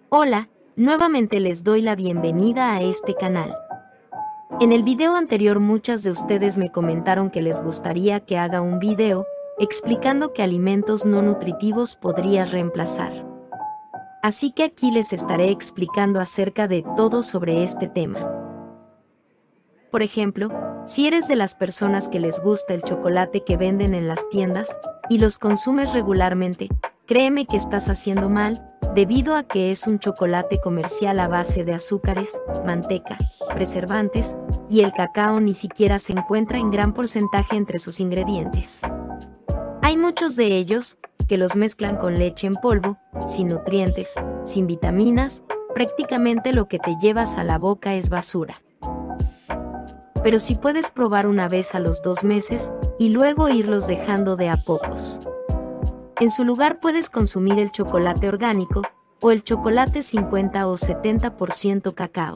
Hola, nuevamente les doy la bienvenida a este canal. En el video anterior muchas de ustedes me comentaron que les gustaría que haga un video explicando qué alimentos no nutritivos podrías reemplazar. Así que aquí les estaré explicando acerca de todo sobre este tema. Por ejemplo, si eres de las personas que les gusta el chocolate que venden en las tiendas y los consumes regularmente, créeme que estás haciendo mal, debido a que es un chocolate comercial a base de azúcares, manteca, preservantes, y el cacao ni siquiera se encuentra en gran porcentaje entre sus ingredientes. Hay muchos de ellos que los mezclan con leche en polvo, sin nutrientes, sin vitaminas, prácticamente lo que te llevas a la boca es basura. Pero si puedes probar una vez a los 2 meses y luego irlos dejando de a pocos. En su lugar puedes consumir el chocolate orgánico o el chocolate 50 o 70% cacao.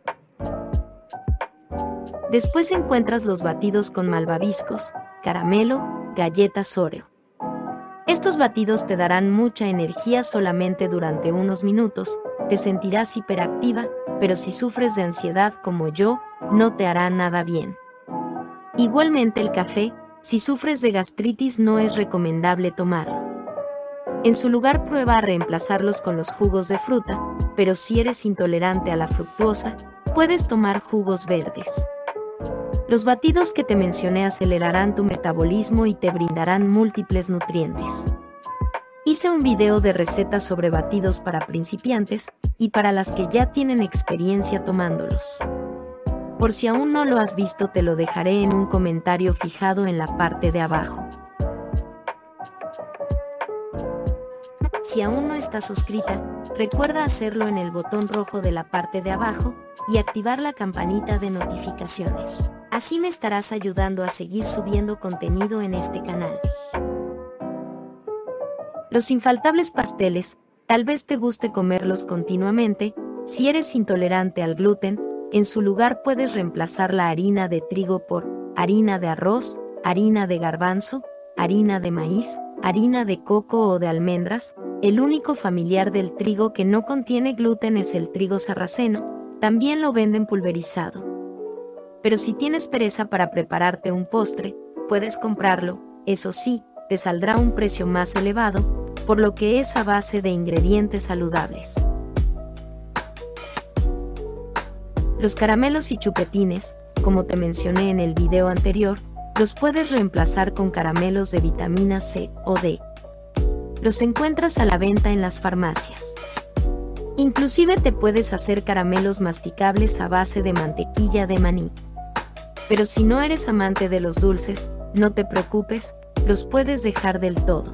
Después encuentras los batidos con malvaviscos, caramelo, galletas Oreo. Estos batidos te darán mucha energía solamente durante unos minutos, te sentirás hiperactiva, pero si sufres de ansiedad como yo, no te hará nada bien. Igualmente el café, si sufres de gastritis no es recomendable tomarlo. En su lugar prueba a reemplazarlos con los jugos de fruta, pero si eres intolerante a la fructuosa, puedes tomar jugos verdes. Los batidos que te mencioné acelerarán tu metabolismo y te brindarán múltiples nutrientes. Hice un video de recetas sobre batidos para principiantes y para las que ya tienen experiencia tomándolos. Por si aún no lo has visto te lo dejaré en un comentario fijado en la parte de abajo. Si aún no estás suscrita, recuerda hacerlo en el botón rojo de la parte de abajo y activar la campanita de notificaciones. Así me estarás ayudando a seguir subiendo contenido en este canal. Los infaltables pasteles, tal vez te guste comerlos continuamente. Si eres intolerante al gluten, en su lugar puedes reemplazar la harina de trigo por harina de arroz, harina de garbanzo, harina de maíz, harina de coco o de almendras. El único familiar del trigo que no contiene gluten es el trigo sarraceno, también lo venden pulverizado. Pero si tienes pereza para prepararte un postre, puedes comprarlo, eso sí, te saldrá un precio más elevado, por lo que es a base de ingredientes saludables. Los caramelos y chupetines, como te mencioné en el video anterior, los puedes reemplazar con caramelos de vitamina C o D. Los encuentras a la venta en las farmacias. Inclusive te puedes hacer caramelos masticables a base de mantequilla de maní. Pero si no eres amante de los dulces, no te preocupes, los puedes dejar del todo.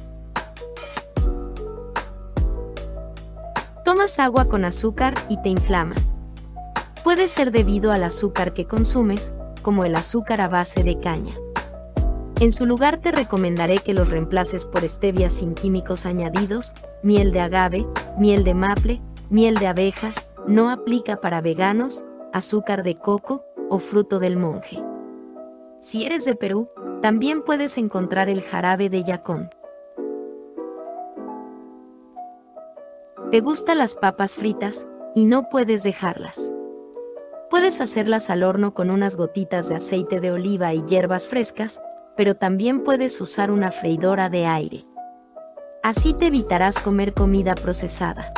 Tomas agua con azúcar y te inflama. Puede ser debido al azúcar que consumes, como el azúcar a base de caña. En su lugar te recomendaré que los reemplaces por stevia sin químicos añadidos, miel de agave, miel de maple, miel de abeja, no aplica para veganos, azúcar de coco o fruto del monje. Si eres de Perú, también puedes encontrar el jarabe de yacón. ¿Te gustan las papas fritas y no puedes dejarlas? Puedes hacerlas al horno con unas gotitas de aceite de oliva y hierbas frescas, pero también puedes usar una freidora de aire. Así te evitarás comer comida procesada.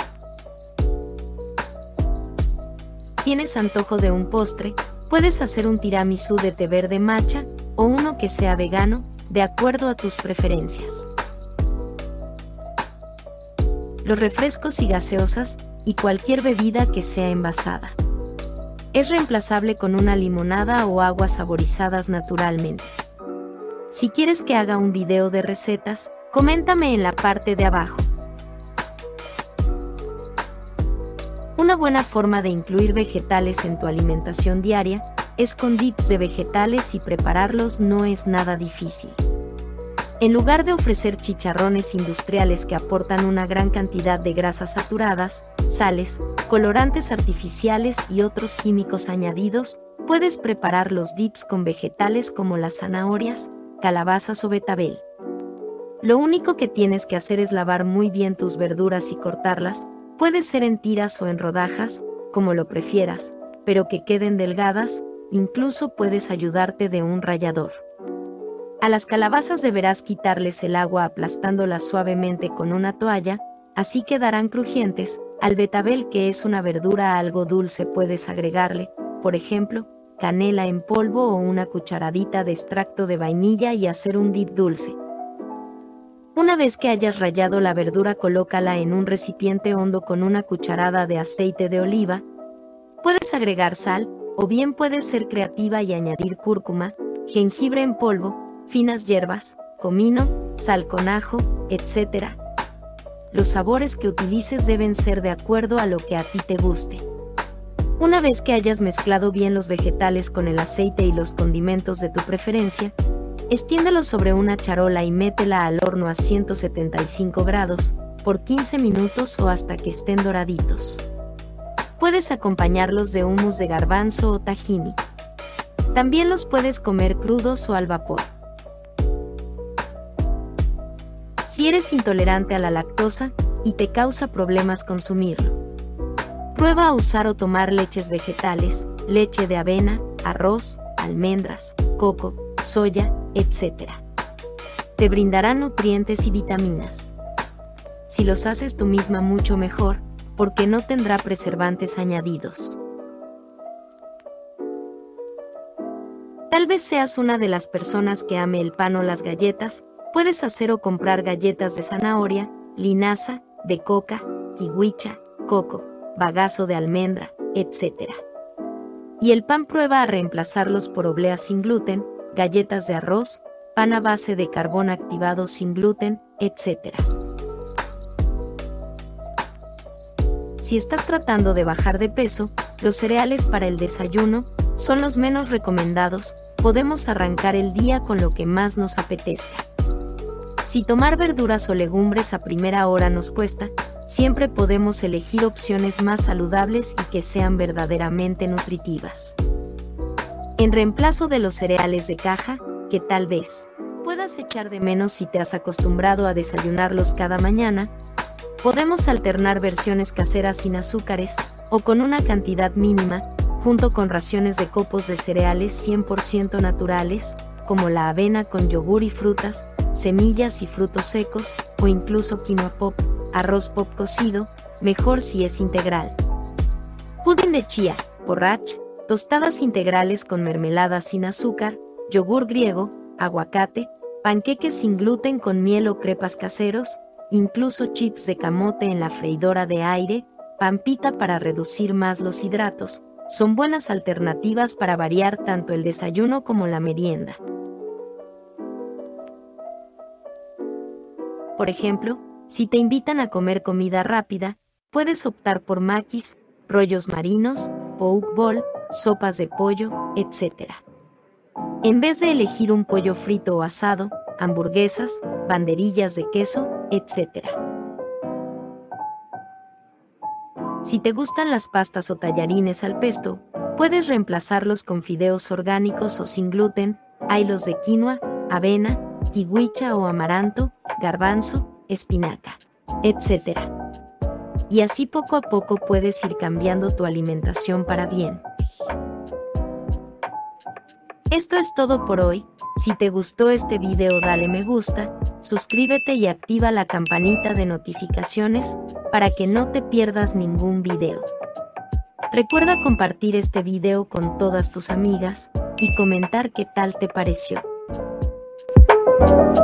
¿Tienes antojo de un postre? Puedes hacer un tiramisú de té verde matcha o uno que sea vegano, de acuerdo a tus preferencias. Los refrescos y gaseosas, y cualquier bebida que sea envasada. Es reemplazable con una limonada o aguas saborizadas naturalmente. Si quieres que haga un video de recetas, coméntame en la parte de abajo. Una buena forma de incluir vegetales en tu alimentación diaria es con dips de vegetales y prepararlos no es nada difícil. En lugar de ofrecer chicharrones industriales que aportan una gran cantidad de grasas saturadas, sales, colorantes artificiales y otros químicos añadidos, puedes preparar los dips con vegetales como las zanahorias, calabazas o betabel. Lo único que tienes que hacer es lavar muy bien tus verduras y cortarlas, Puede ser en tiras o en rodajas, como lo prefieras, pero que queden delgadas. Incluso puedes ayudarte de un rallador. A las calabazas deberás quitarles el agua aplastándolas suavemente con una toalla, así quedarán crujientes. Al betabel, que es una verdura algo dulce, puedes agregarle, por ejemplo, canela en polvo o una cucharadita de extracto de vainilla y hacer un dip dulce. Una vez que hayas rallado la verdura, colócala en un recipiente hondo con una cucharada de aceite de oliva. Puedes agregar sal, o bien puedes ser creativa y añadir cúrcuma, jengibre en polvo, finas hierbas, comino, sal con ajo, etc. Los sabores que utilices deben ser de acuerdo a lo que a ti te guste. Una vez que hayas mezclado bien los vegetales con el aceite y los condimentos de tu preferencia, extiéndelos sobre una charola y métela al horno a 175 grados, por 15 minutos o hasta que estén doraditos. Puedes acompañarlos de hummus de garbanzo o tahini. También los puedes comer crudos o al vapor. Si eres intolerante a la lactosa y te causa problemas consumirlo, prueba a usar o tomar leches vegetales, leche de avena, arroz, almendras, coco, soya, etc. Te brindarán nutrientes y vitaminas. Si los haces tú misma, mucho mejor, porque no tendrá preservantes añadidos. Tal vez seas una de las personas que ame el pan o las galletas. Puedes hacer o comprar galletas de zanahoria, linaza, de coca, kiwicha, coco, bagazo de almendra, etc. Y el pan, prueba a reemplazarlos por obleas sin gluten, galletas de arroz, pan a base de carbón activado sin gluten, etc. Si estás tratando de bajar de peso, los cereales para el desayuno son los menos recomendados. Podemos arrancar el día con lo que más nos apetezca. Si tomar verduras o legumbres a primera hora nos cuesta, siempre podemos elegir opciones más saludables y que sean verdaderamente nutritivas. En reemplazo de los cereales de caja, que tal vez puedas echar de menos si te has acostumbrado a desayunarlos cada mañana, podemos alternar versiones caseras sin azúcares o con una cantidad mínima, junto con raciones de copos de cereales 100% naturales, como la avena con yogur y frutas, semillas y frutos secos, o incluso quinoa pop, arroz pop cocido, mejor si es integral. Pudín de chía, borrach, tostadas integrales con mermelada sin azúcar, yogur griego, aguacate, panqueques sin gluten con miel o crepas caseros, incluso chips de camote en la freidora de aire, pampita para reducir más los hidratos, son buenas alternativas para variar tanto el desayuno como la merienda. Por ejemplo, si te invitan a comer comida rápida, puedes optar por maquis, rollos marinos, poke bowl, sopas de pollo, etc. En vez de elegir un pollo frito o asado, hamburguesas, banderillas de queso, etc. Si te gustan las pastas o tallarines al pesto, puedes reemplazarlos con fideos orgánicos o sin gluten. Hay los de quinoa, avena, kiwicha o amaranto, garbanzo, espinaca, etc. Y así poco a poco puedes ir cambiando tu alimentación para bien. Esto es todo por hoy. Si te gustó este video, dale me gusta, suscríbete y activa la campanita de notificaciones para que no te pierdas ningún video. Recuerda compartir este video con todas tus amigas y comentar qué tal te pareció.